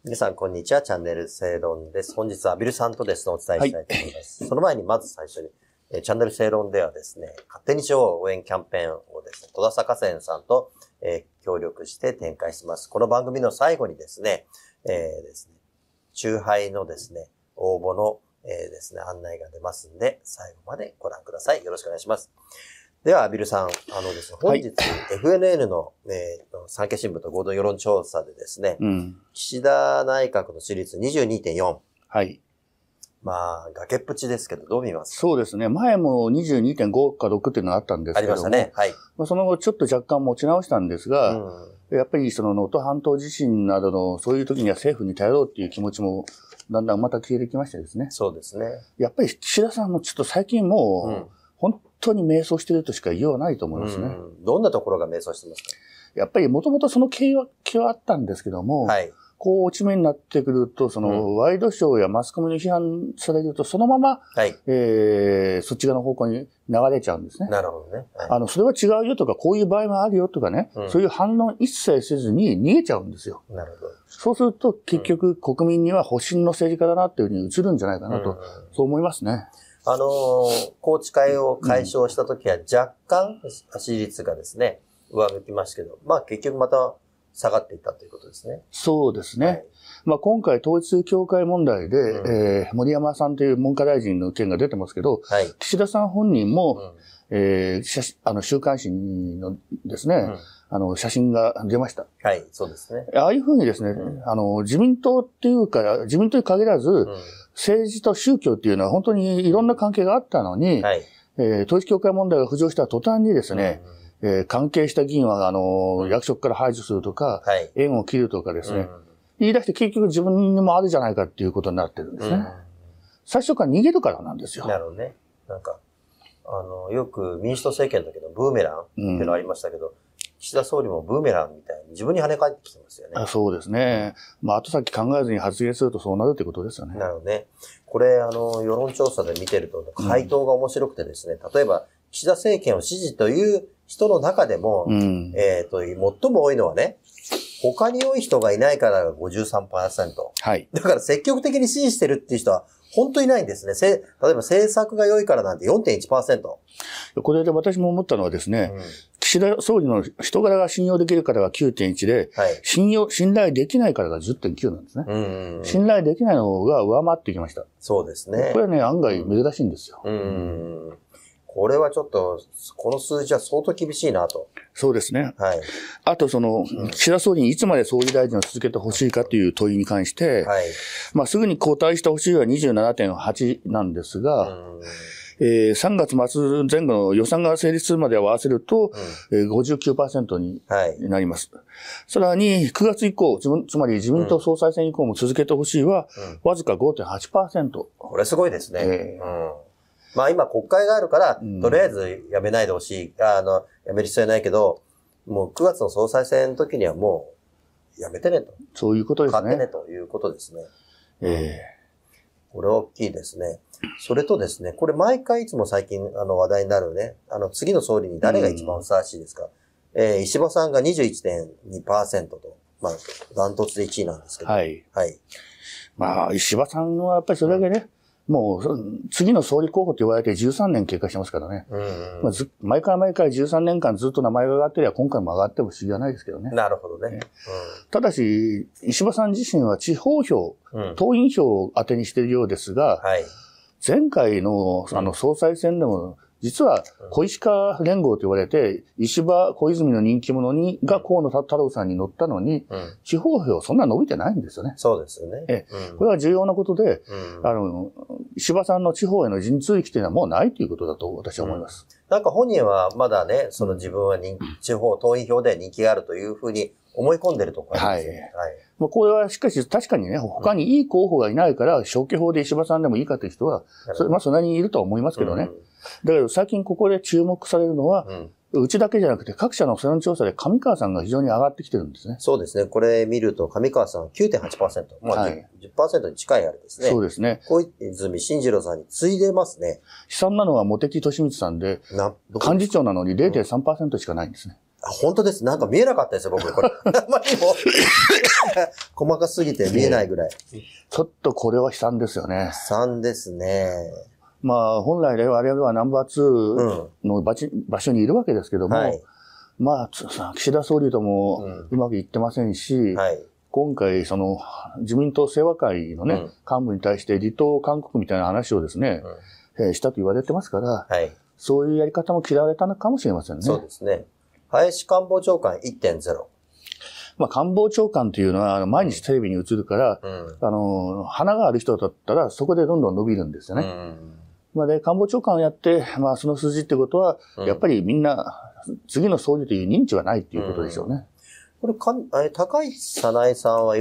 皆さん、こんにちは。チャンネル正論です。本日はアビルさんとですね、お伝えしたいと思います。その前に、まず最初に、チャンネル正論ではですね、勝手にしよう応援キャンペーンをですね、戸田坂線さんと、協力して展開します。この番組の最後にですね、酎ハイのですね、応募の、ですね、案内が出ますんで、最後までご覧ください。よろしくお願いします。では、アビルさん、ですね、本日、FNN の、産経新聞と合同世論調査でですね、岸田内閣の支持率 22.4。 はい。 まあ、崖っぷちですけど、どう見ますか？ そうですね。前も 22.5 か6っていうのがあったんですけども。ありましたね。はい。その後、ちょっと若干持ち直したんですが、やっぱりその能登半島地震などの、そういう時には政府に頼ろうっていう気持ちも、だんだんまた消えてきましてですね。 そうですね。 やっぱり岸田さんもちょっと最近もう、本当に迷走してるとしか言いようがないと思いますね。 どんなところが迷走してますか？ やっぱりもともとその気はあったんですけども、はい、こう落ち目になってくると、そのワイドショーやマスコミに批判されると、そのまま、はい、そっち側の方向に流れちゃうんですね。 なるほどね。はい、 それは違うよとか、こういう場合もあるよとかね、そういう反論一切せずに逃げちゃうんですよ。 なるほど。 そうすると結局国民には保身の政治家だなっていうふうに映るんじゃないかなと、そう思いますね。 宏池会を解消したときは若干支持率がですね、上向きましたけど、まあ結局また下がっていったということですね。 そうですね。はい、まあ今回統一教会問題で、森山さんという文科大臣の件が出てますけど、はい、岸田さん本人も、週刊誌のですね、写真が出ました。 はい、そうですね。 ああいうふうにですね、自民党っていうか、自民党に限らず、政治と宗教っていうのは本当にいろんな関係があったのに、はい、統一教会問題が浮上した途端にですね、関係した議員は、役職から排除するとか、はい、縁を切るとかですね、言い出して結局自分にもあるじゃないかっていうことになってるんですね。最初から逃げるからなんですよ。 なるほどね。なんか、よく民主党政権の時のブーメランっていうのありましたけど、岸田総理もブーメランみたいに自分に跳ね返ってきてますよね。 そうですね。まあ、後先考えずに発言するとそうなるってことですよね。 なるほどね。これ、世論調査で見てると、回答が面白くてですね、例えば、岸田政権を支持という人の中でも、最も多いのはね、他に多い人がいないからが 53%。はい。だから積極的に支持してるっていう人は本当にいないんですね。例えば政策が良いからなんて 4.1%。 これで私も思ったのはですね、岸田総理の人柄が信用できるからが 9.1 で、はい、信頼できないからが 10.9 なんですね。信頼できないの方が上回ってきました。 そうですね。 これはね、案外珍しいんですよ。 これはちょっと、この数字は相当厳しいなと。 そうですね。はい。あと岸田総理にいつまで総理大臣を続けてほしいかという問いに関して、はい。まあ、すぐに交代してほしいは 27.8 なんですが、3月末前後の予算が成立するまで合わせると、59% になります。はい、さらに、9月以降、つまり自民党総裁選以降も続けてほしいは、わずか 5.8%。 これすごいですね。まあ今国会があるから、とりあえずやめないでほしい。やめる必要ないけど、もう9月の総裁選の時にはもう、やめてねと。 そういうことですね。 買ってねということですね。これは大きいですね。それとですね、これ毎回いつも最近話題になるね、次の総理に誰が一番ふさわしいですか。石破さんが 21.2% と、まあ、ダントツで1位なんですけど。はい。はい。 まあ、石破さんはやっぱりそれだけね、もう、次の総理候補と言われて13年経過してますからね。まあ、毎回13年間ずっと名前が上がってりゃ今回も上がっても不思議はないですけどね。 なるほどね。 ただし、石破さん自身は地方票、党員票を当てにしているようですが、はい、前回の総裁選でも、実は小石河連合と言われて、石破小泉の人気者が河野太郎さんに乗ったのに、地方票そんな伸びてないんですよね。 そうですよね。 これは重要なことで、石破さんの地方への陣痛力というのはもうないということだと私は思います。 なんか本人はまだね、自分は地方党員票で人気があるというふうに思い込んでるところありますね。はい。 まあこれはしかし確かにね、他にいい候補がいないから消去法で石破さんでもいいかという人は、まあそんなにいるとは思いますけどね。だけど最近ここで注目されるのは、うちだけじゃなくて各社の世論調査で上川さんが非常に上がってきてるんですね。 そうですね。これ見ると上川さん 9.8%。まあ 10% に近いあれですね。 そうですね。 小泉進次郎さんに次いでますね。 悲惨なのは茂木敏光さんで、幹事長なのに 0.3% しかないんですね。 本当です。なんか見えなかったですよ、僕。これ。あまりにも細かすぎて見えないぐらい。 ちょっとこれは悲惨ですよね。 悲惨ですね。 まあ、本来で我々はナンバー2の場所にいるわけですけども、はい、まあ、岸田総理ともうまくいってませんし、はい、今回、自民党清和会のね、幹部に対して離党勧告みたいな話をですね、したと言われてますから、はい、そういうやり方も嫌われたのかもしれませんね。 そうですね。林官房長官 1.0。 まあ、官房長官というのは、毎日テレビに映るから、花がある人だったら、そこでどんどん伸びるんですよね。まあ、で、官房長官をやって、まあ、その数字ってことは、やっぱりみんな、次の総理という認知はないっていうことでしょうね。 これ高市早苗さんは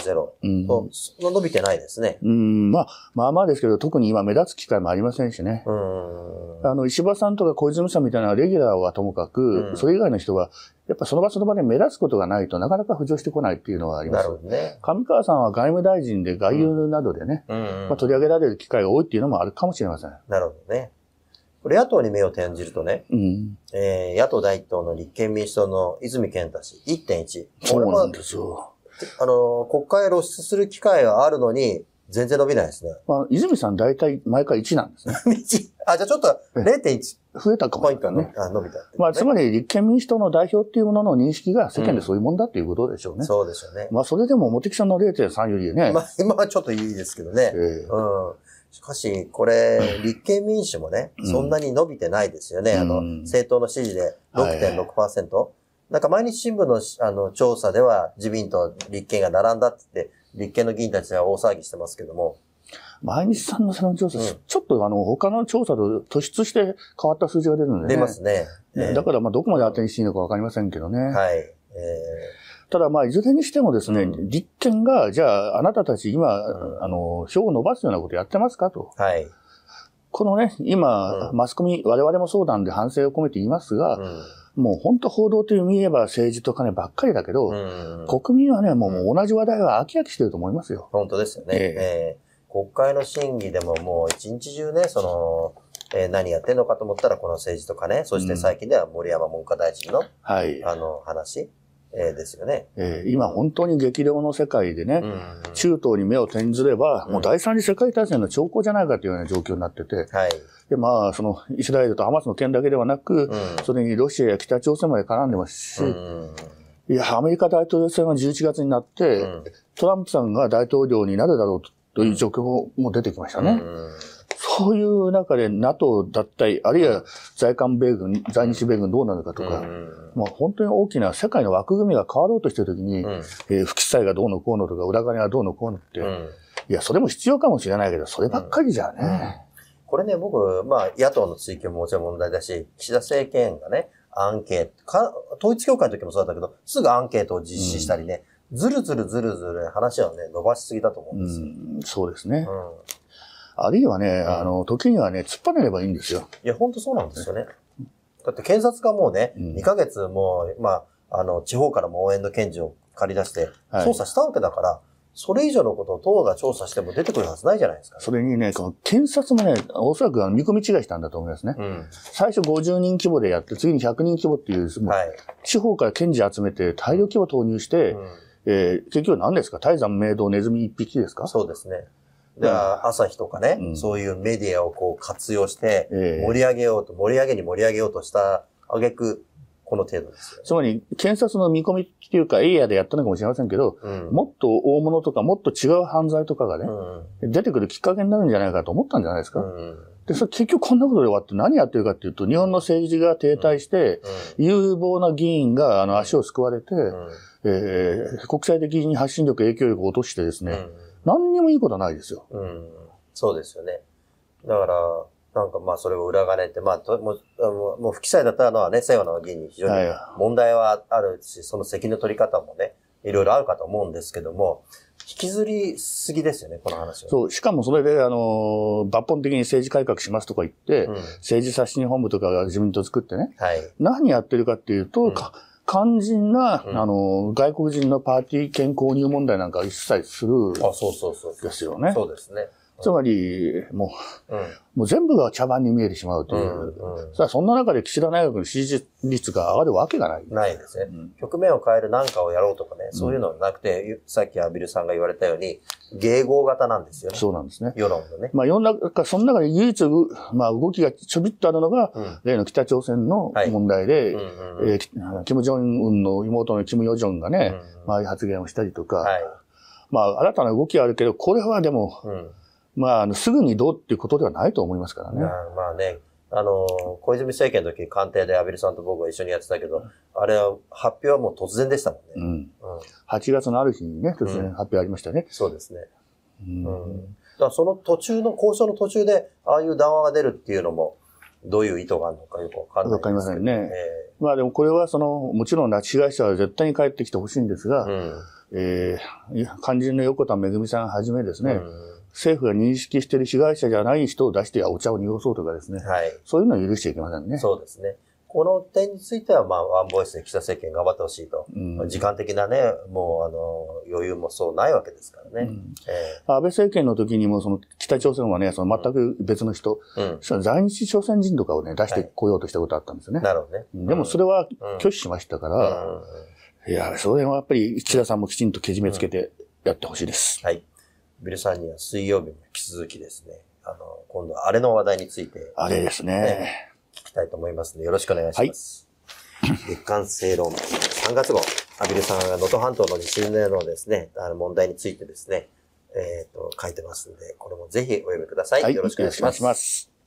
4.0 と、伸びてないですね。 まあですけど、特に今目立つ機会もありませんしね。石破さんとか小泉さんみたいなレギュラーはともかく、それ以外の人は、やっぱその場その場で目立つことがないとなかなか浮上してこないっていうのはあります。なるほどね。上川さんは外務大臣で外遊などでね、取り上げられる機会が多いっていうのもあるかもしれません。 なるほどね。これ野党に目を転じるとね、野党第一党の立憲民主党の泉健太氏 1.1。 そうなんですよ。 国会へ露出する機会があるのに、全然伸びないですね。 まあ、泉さん大体毎回1なんですね。 じゃあちょっと 0.1。 増えたかもしれないね。 伸びた、ね。 まあ、つまり立憲民主党の代表っていうものの認識が世間でそういうもんだっていうことでしょうね。 そうでしょうね。 まあ、それでも茂木さんの 0.3 よりね。 まあ、今はちょっといいですけどね。しかし、これ、立憲民主もね、そんなに伸びてないですよね。政党の支持で 6.6%。なんか毎日新聞の調査では自民と立憲が並んだって言って、立憲の議員たちは大騒ぎしてますけども。 毎日さんの世論調査、ちょっと他の調査と突出して変わった数字が出るのでね。 出ますね。 だからまあどこまで当てにしていいのかわかりませんけどね。 はい。 ただまあいずれにしてもですね、立憲が、じゃああなたたち今、票を伸ばすようなことやってますかと。はい。このね、今、マスコミ、我々もそうなんで反省を込めて言いますが、もう本当報道という見れば政治と金ばっかりだけど、国民はね、もう同じ話題は飽き飽きしてると思いますよ。 本当ですよね。国会の審議でももう一日中ね、何やってんのかと思ったらこの政治と金、そして最近では森山文科大臣の、話、ですよね。 今本当に激動の世界でね、中東に目を転ずれば、もう第三次世界大戦の兆候じゃないかというような状況になってて、で、まあ、イスラエルとハマスの件だけではなく、それにロシアや北朝鮮まで絡んでますし、いや、アメリカ大統領選が11月になって、トランプさんが大統領になるだろうという状況も出てきましたね。そういう中で NATO だったり、あるいは在韓米軍、在日米軍どうなるかとか、まあ本当に大きな世界の枠組みが変わろうとしているときに、不記載がどうのこうのとか、裏金がどうのこうのって、いや、それも必要かもしれないけど、そればっかりじゃね。 これね、僕、まあ野党の追及ももちろん問題だし、岸田政権がね、アンケート、統一教会の時もそうだったけど、すぐアンケートを実施したりね、ずるずる話をね、伸ばしすぎだと思うんですよ。 そうですね。あるいはね、時にはね、突っ張れればいいんですよ。 いや、本当そうなんですよね。だって検察がもうね、2ヶ月もう、まあ、地方からも応援の検事を借り出して、捜査したわけだから、それ以上のことを党が調査しても出てくるはずないじゃないですか。 それにね、検察もね、おそらく見込み違いしたんだと思いますね。最初50人規模でやって、次に100人規模っていう、地方から検事集めて大量規模投入して、結局何ですか？大山明堂ネズミ一匹ですか？ そうですね。では、朝日とかね、そういうメディアをこう活用して、盛り上げようとした挙句、この程度ですよ。 つまり、検察の見込みっていうか、エイヤーでやったのかもしれませんけど、もっと大物とか、もっと違う犯罪とかがね、出てくるきっかけになるんじゃないかと思ったんじゃないですか。で、それ結局こんなことで終わって何やってるかっていうと、日本の政治が停滞して、有望な議員が足をすくわれて、国際的に発信力、影響力を落としてですね、何にもいいことはないですよ。 そうですよね。だから、なんかまあそれを裏金って、まあもう不記載だったのはね、清和の議員に非常に問題はあるし、その責任の取り方もね、いろいろあるかと思うんですけども、引きずりすぎですよね、この話は。 そう、しかもそれで抜本的に政治改革しますとか言って、政治刷新本部とかが自民党作ってね、何やってるかっていうと、肝心な、外国人のパーティー券購入問題なんか一切する。 そうですよね。 そうですね。 つまり、もう全部が茶番に見えてしまうという。さあ、そんな中で岸田内閣の支持率が上がるわけがない。 ないですね。局面を変える何かをやろうとかね、そういうのはなくて、さっき畔蒜さんが言われたように、迎合型なんですよね。 そうなんですね。 世論のね。 世の中、その中で唯一、動きがちょびっとあるのが、例の北朝鮮の問題で、金正恩の妹の金与正がね、発言をしたりとか、新たな動きはあるけど、これはでも、すぐにどうっていうことではないと思いますからね。 小泉政権の時、官邸で畔蒜さんと僕は一緒にやってたけど、あれは発表はもう突然でしたもんね。 8月のある日にね、突然発表ありましたね。 そうですね。だからその途中の、交渉の途中で、ああいう談話が出るっていうのも、どういう意図があるのかよくわかんないですけど。 わかりませんね。でもこれはもちろん拉致被害者は絶対に帰ってきてほしいんですが、肝心の横田めぐみさんはじめですね、政府が認識している被害者じゃない人を出してお茶を濁そうとかですね、そういうのは許していけませんね。 そうですね。この点については、ワンボイスで岸田政権頑張ってほしいと。時間的なね、もう、余裕もそうないわけですからね。 安倍政権の時にも、北朝鮮はね、全く別の人、在日朝鮮人とかをね、出してこようとしたことあったんですよね。 なるほどね。 でもそれは拒否しましたから、いや、それはやっぱり岸田さんもきちんとけじめつけてやってほしいです。 はい。ビルさんには水曜日も引き続きですね、今度はあれの話題について。 あれですね。 聞きたいと思いますので、よろしくお願いします。月刊正論3月号、畔蒜さんが能登半島の地震でのですね、問題についてですね、書いてますので、これもぜひお読みください。よろしくお願いします。